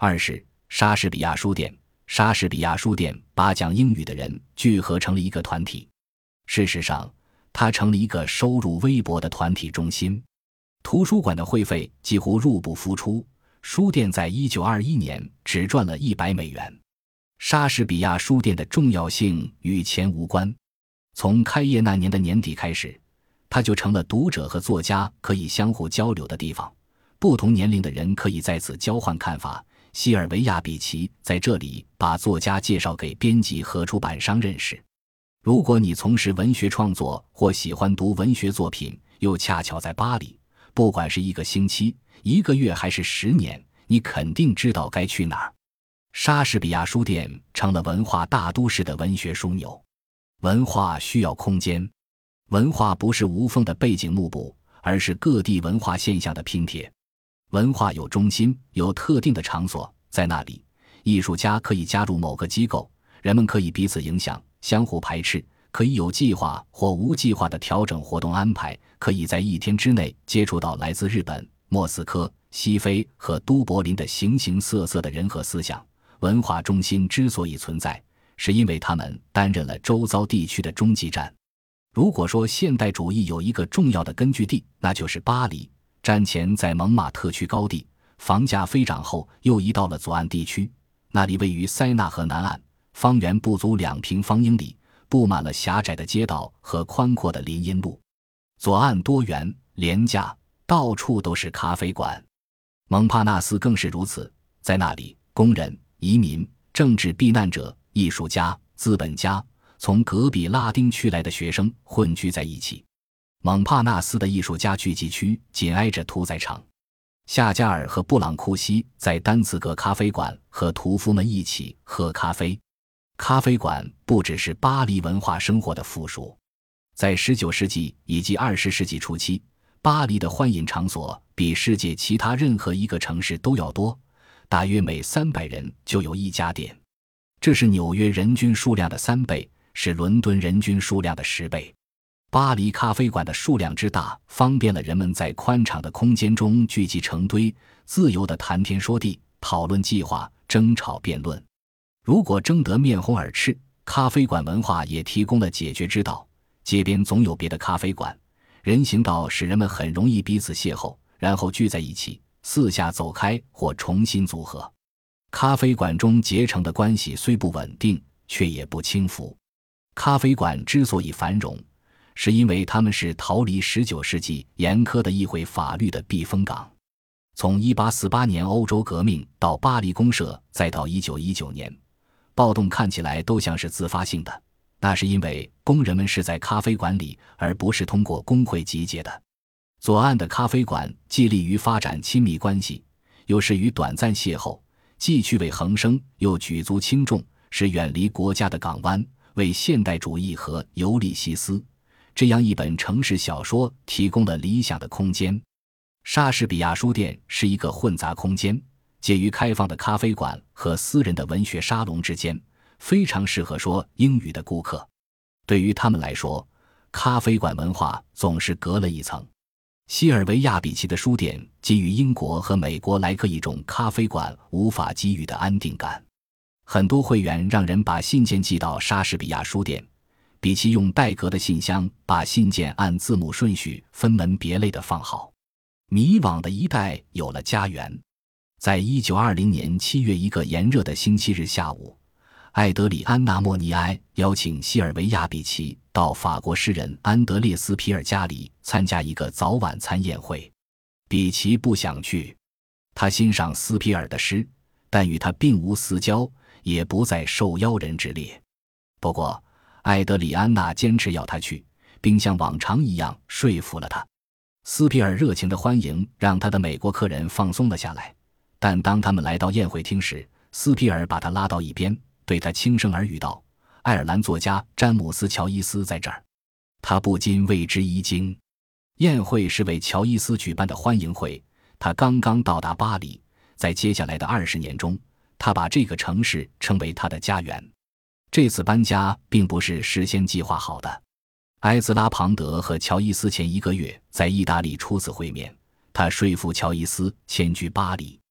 二是莎士比亚书店。莎士比亚书店把讲英语的人聚合成了一个团体。事实上，它成了一个收入微薄的团体中心。图书馆的会费几乎入不敷出，书店在1921年只赚了$100。莎士比亚书店的重要性与钱无关。从开业那年的年底开始，它就成了读者和作家可以相互交流的地方，不同年龄的人可以在此交换看法。西尔维亚·比奇在这里把作家介绍给编辑和出版商认识。如果你从事文学创作或喜欢读文学作品，又恰巧在巴黎，不管是1个星期、1个月还是10年，你肯定知道该去哪儿。莎士比亚书店成了文化大都市的文学枢纽。文化需要空间，文化不是无缝的背景幕布，而是各地文化现象的拼贴。文化有中心，有特定的场所，在那里，艺术家可以加入某个机构，人们可以彼此影响，相互排斥，可以有计划或无计划地调整活动安排，可以在1天之内接触到来自日本、莫斯科、西非和都柏林的形形色色的人和思想。文化中心之所以存在，是因为他们担任了周遭地区的中继站。如果说现代主义有一个重要的根据地，那就是巴黎。战前在蒙马特区高地，房价飞涨后又移到了左岸地区，那里位于塞纳河南岸，方圆不足2平方英里，布满了狭窄的街道和宽阔的林荫路。左岸多元廉价，到处都是咖啡馆。蒙帕纳斯更是如此，在那里，工人、移民、政治避难者、艺术家、资本家，从隔壁拉丁区来的学生混居在一起。蒙帕纳斯的艺术家聚集区紧挨着屠宰场。夏加尔和布朗库西在丹茨格咖啡馆和屠夫们一起喝咖啡。咖啡馆不只是巴黎文化生活的附属，在19世纪以及20世纪初期，巴黎的欢饮场所比世界其他任何一个城市都要多，大约每300人就有1家店。这是纽约人均数量的3倍，是伦敦人均数量的10倍。巴黎咖啡馆的数量之大，方便了人们在宽敞的空间中聚集成堆，自由地谈天说地，讨论计划，争吵辩论。如果争得面红耳赤，咖啡馆文化也提供了解决之道。街边总有别的咖啡馆，人行道使人们很容易彼此邂逅，然后聚在一起，四下走开或重新组合。咖啡馆中结成的关系虽不稳定，却也不轻浮。咖啡馆之所以繁荣，是因为他们是逃离19世纪严苛的议会法律的避风港。从1848年欧洲革命到巴黎公社，再到1919年，暴动看起来都像是自发性的，那是因为工人们是在咖啡馆里，而不是通过工会集结的。左岸的咖啡馆既利于发展亲密关系，又适于短暂邂逅，既趣味横生，又举足轻重，是远离国家的港湾，为现代主义和尤利西斯这样一本城市小说提供了理想的空间。莎士比亚书店是一个混杂空间，介于开放的咖啡馆和私人的文学沙龙之间，非常适合说英语的顾客。对于他们来说，咖啡馆文化总是隔了一层。西尔维亚比奇的书店给予英国和美国来客一种咖啡馆无法给予的安定感。很多会员让人把信件寄到莎士比亚书店，比奇用带格的信箱把信件按字母顺序分门别类地放好。迷惘的一代有了家园。在1920年7月一个炎热的星期日下午，艾德里安娜·莫尼埃邀请西尔维亚比奇到法国诗人安德烈斯·皮尔家里参加一个早晚餐宴会。比奇不想去，他欣赏斯皮尔的诗，但与他并无私交，也不在受邀人之列。不过艾德里安娜坚持要他去，并像往常一样说服了他。斯皮尔热情的欢迎让他的美国客人放松了下来，但当他们来到宴会厅时，斯皮尔把他拉到一边，对他轻声耳语道：爱尔兰作家詹姆斯·乔伊斯在这儿。他不禁为之一惊。宴会是为乔伊斯举办的欢迎会，他刚刚到达巴黎，在接下来的20年中，他把这个城市称为他的家园。这次搬家并不是事先计划好的。埃兹拉·庞德和乔伊斯前1个月在意大利初次会面，他说服乔伊斯迁居巴黎。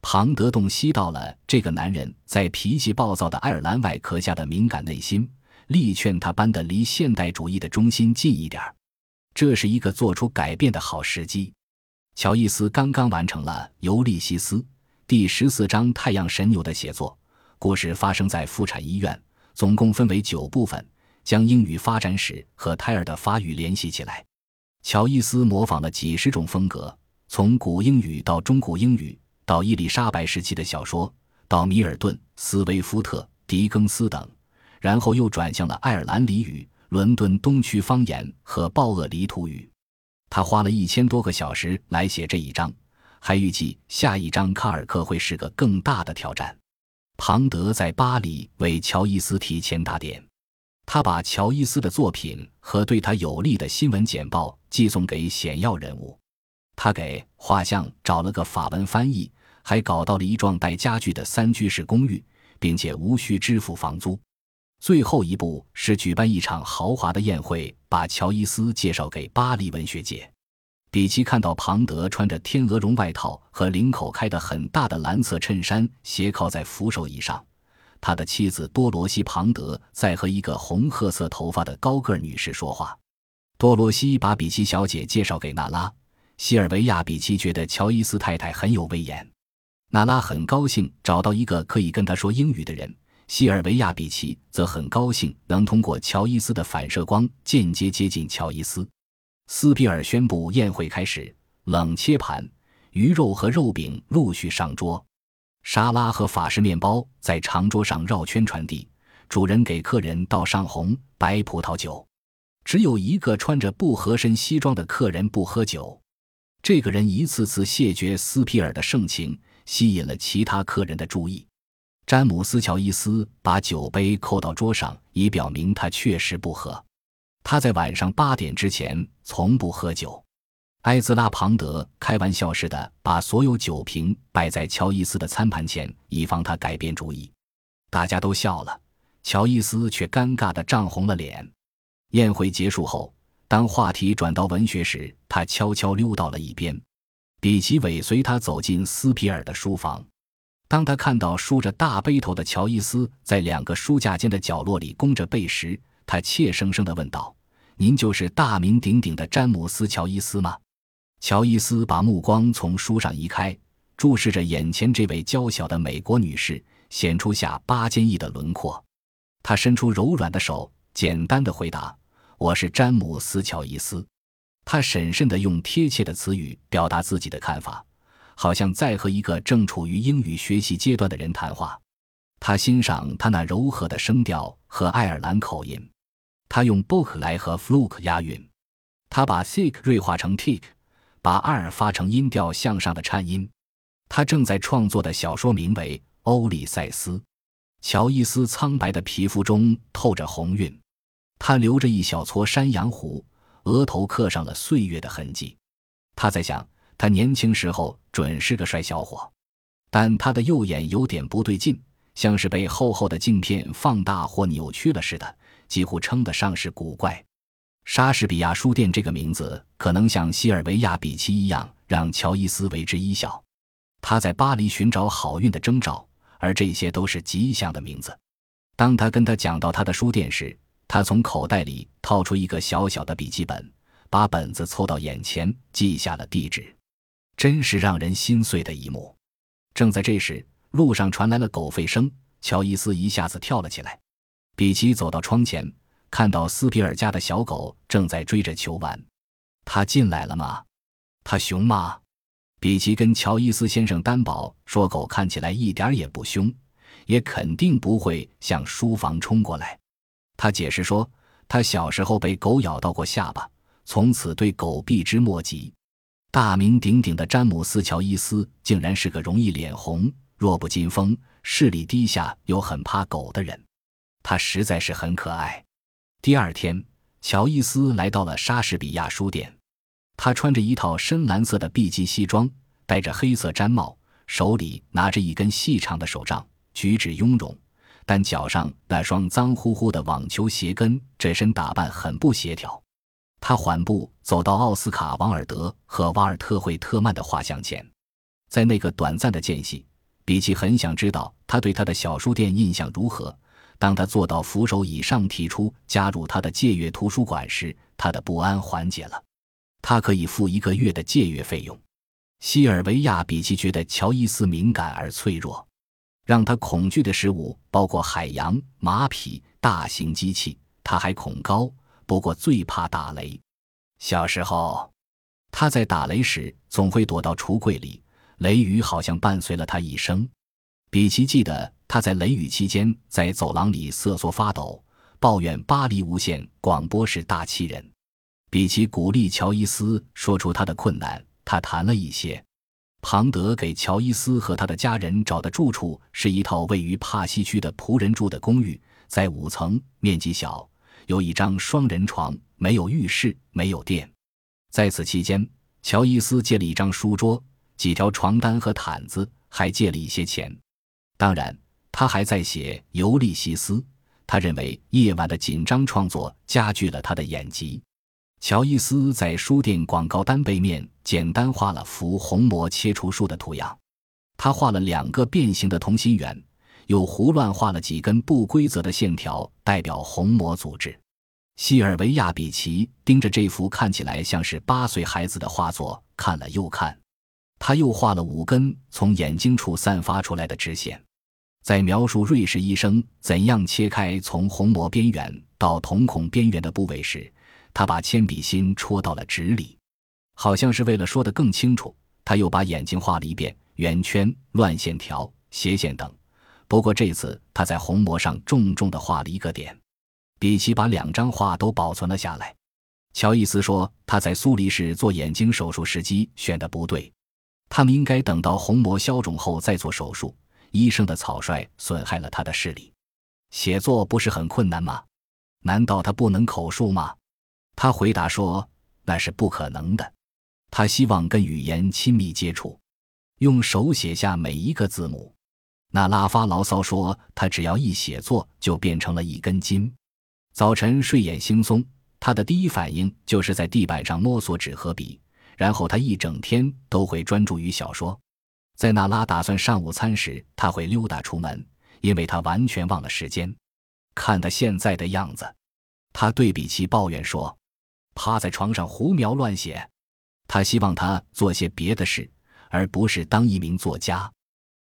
庞德洞悉到了这个男人在脾气暴躁的爱尔兰外壳下的敏感内心，力劝他搬得离现代主义的中心近一点。这是一个做出改变的好时机。乔伊斯刚刚完成了《尤利西斯》第14章太阳神牛的写作，故事发生在妇产医院，总共分为9部分，将英语发展史和胎儿的发育联系起来。乔伊斯模仿了几十种风格，从古英语到中古英语，到伊丽莎白时期的小说，到米尔顿、斯威夫特、狄更斯等，然后又转向了爱尔兰俚语、伦敦东区方言和鲍厄里土语。他花了1000多个小时来写这一章，还预计下一章卡尔克会是个更大的挑战。庞德在巴黎为乔伊斯提前打点，他把乔伊斯的作品和对他有利的新闻简报寄送给显要人物。他给画像找了个法文翻译，还搞到了一幢带家具的3居室公寓，并且无需支付房租。最后一步是举办一场豪华的宴会，把乔伊斯介绍给巴黎文学界。比奇看到庞德穿着天鹅绒外套和领口开得很大的蓝色衬衫斜靠在扶手椅上，他的妻子多罗西·庞德在和一个红褐色头发的高个女士说话。多罗西把比奇小姐介绍给娜拉，西尔维亚·比奇觉得乔伊斯太太很有威严。娜拉很高兴找到一个可以跟她说英语的人，西尔维亚·比奇则很高兴能通过乔伊斯的反射光间接接近乔伊斯。斯皮尔宣布宴会开始，冷切盘、鱼肉和肉饼陆续上桌，沙拉和法式面包在长桌上绕圈传递，主人给客人倒上红白葡萄酒。只有一个穿着不合身西装的客人不喝酒，这个人一次次谢绝斯皮尔的盛情，吸引了其他客人的注意。詹姆斯·乔伊斯把酒杯扣到桌上，以表明他确实不喝。他在晚上8点之前从不喝酒。埃兹拉·庞德开玩笑似的把所有酒瓶摆在乔伊斯的餐盘前，以防他改变主意。大家都笑了，乔伊斯却尴尬地涨红了脸。宴会结束后，当话题转到文学时，他悄悄溜到了一边。比奇尾随他走进斯皮尔的书房。当他看到梳着大背头的乔伊斯在2个书架间的角落里弓着背时，他怯生生地问道：“您就是大名鼎鼎的詹姆斯·乔伊斯吗？”乔伊斯把目光从书上移开，注视着眼前这位娇小的美国女士，显出下巴坚毅的轮廓。他伸出柔软的手，简单地回答：“我是詹姆斯·乔伊斯。”他审慎地用贴切的词语表达自己的看法，好像在和一个正处于英语学习阶段的人谈话。他欣赏他那柔和的声调和爱尔兰口音。他用 book 来和 fluke 押韵。他把 thick 锐化成 tick， 把 r 发成音调向上的颤音。他正在创作的小说名为《欧里塞斯》。乔伊斯苍白的皮肤中透着红晕，他留着一小撮山羊胡，额头刻上了岁月的痕迹。他在想，他年轻时候准是个帅小伙，但他的右眼有点不对劲，像是被厚厚的镜片放大或扭曲了似的，几乎称得上是古怪。莎士比亚书店这个名字可能像西尔维亚比奇一样让乔伊斯为之一笑。他在巴黎寻找好运的征兆，而这些都是吉祥的名字。当他跟他讲到他的书店时，他从口袋里掏出一个小小的笔记本，把本子凑到眼前，记下了地址。真是让人心碎的一幕。正在这时，路上传来了狗吠声，乔伊斯一下子跳了起来。比奇走到窗前，看到斯皮尔家的小狗正在追着球玩。他进来了吗？他凶吗？比奇跟乔伊斯先生担保说，狗看起来一点也不凶，也肯定不会向书房冲过来。他解释说，他小时候被狗咬到过下巴，从此对狗避之莫及。大名鼎鼎的詹姆斯·乔伊斯竟然是个容易脸红、弱不禁风、视力低下又很怕狗的人。他实在是很可爱。第二天，乔伊斯来到了莎士比亚书店。他穿着一套深蓝色的 B 级西装，戴着黑色毡帽，手里拿着一根细长的手杖，举止雍容，但脚上那双脏乎乎的网球鞋跟这身打扮很不协调。他缓步走到奥斯卡·王尔德和瓦尔特惠特曼的画像前，在那个短暂的间隙， 比奇很想知道他对他的小书店印象如何。当他坐到扶手椅上提出加入他的借阅图书馆时，他的不安缓解了。他可以付1个月的借阅费用。西尔维亚·比奇觉得乔伊斯敏感而脆弱，让他恐惧的事物包括海洋、马匹、大型机器。他还恐高，不过最怕打雷。小时候，他在打雷时总会躲到橱柜里，雷雨好像伴随了他一生。比奇记得他在雷雨期间在走廊里瑟缩发抖，抱怨巴黎无线广播是大欺人。比奇鼓励乔伊斯说出他的困难，他谈了一些。庞德给乔伊斯和他的家人找的住处是一套位于帕西区的仆人住的公寓，在5层，面积小，有一张双人床，没有浴室，没有电。在此期间，乔伊斯借了一张书桌、几条床单和毯子，还借了一些钱。当然，他还在写《尤利西斯》，他认为夜晚的紧张创作加剧了他的眼疾。乔伊斯在书店广告单背面简单画了幅虹膜切除术的图样，他画了2个变形的同心圆，又胡乱画了几根不规则的线条代表虹膜组织。西尔维亚·比奇盯着这幅看起来像是8岁孩子的画作看了又看，他又画了5根从眼睛处散发出来的直线。在描述瑞士医生怎样切开从虹膜边缘到瞳孔边缘的部位时，他把铅笔芯戳到了纸里，好像是为了说得更清楚。他又把眼睛画了一遍，圆圈、乱线条、斜线等。不过这次他在虹膜上重重地画了一个点。比奇把2张画都保存了下来。乔伊斯说他在苏黎世做眼睛手术时机选得不对，他们应该等到虹膜消肿后再做手术。医生的草率损害了他的视力。写作不是很困难吗？难道他不能口述吗？他回答说，那是不可能的。他希望跟语言亲密接触，用手写下每一个字母。那拉发牢骚说，他只要一写作就变成了一根筋。早晨睡眼惺忪，他的第一反应就是在地板上摸索纸和笔，然后他一整天都会专注于小说。在娜拉打算上午餐时，他会溜达出门，因为他完全忘了时间。看他现在的样子，他对比奇抱怨说，趴在床上胡描乱写。他希望他做些别的事，而不是当一名作家。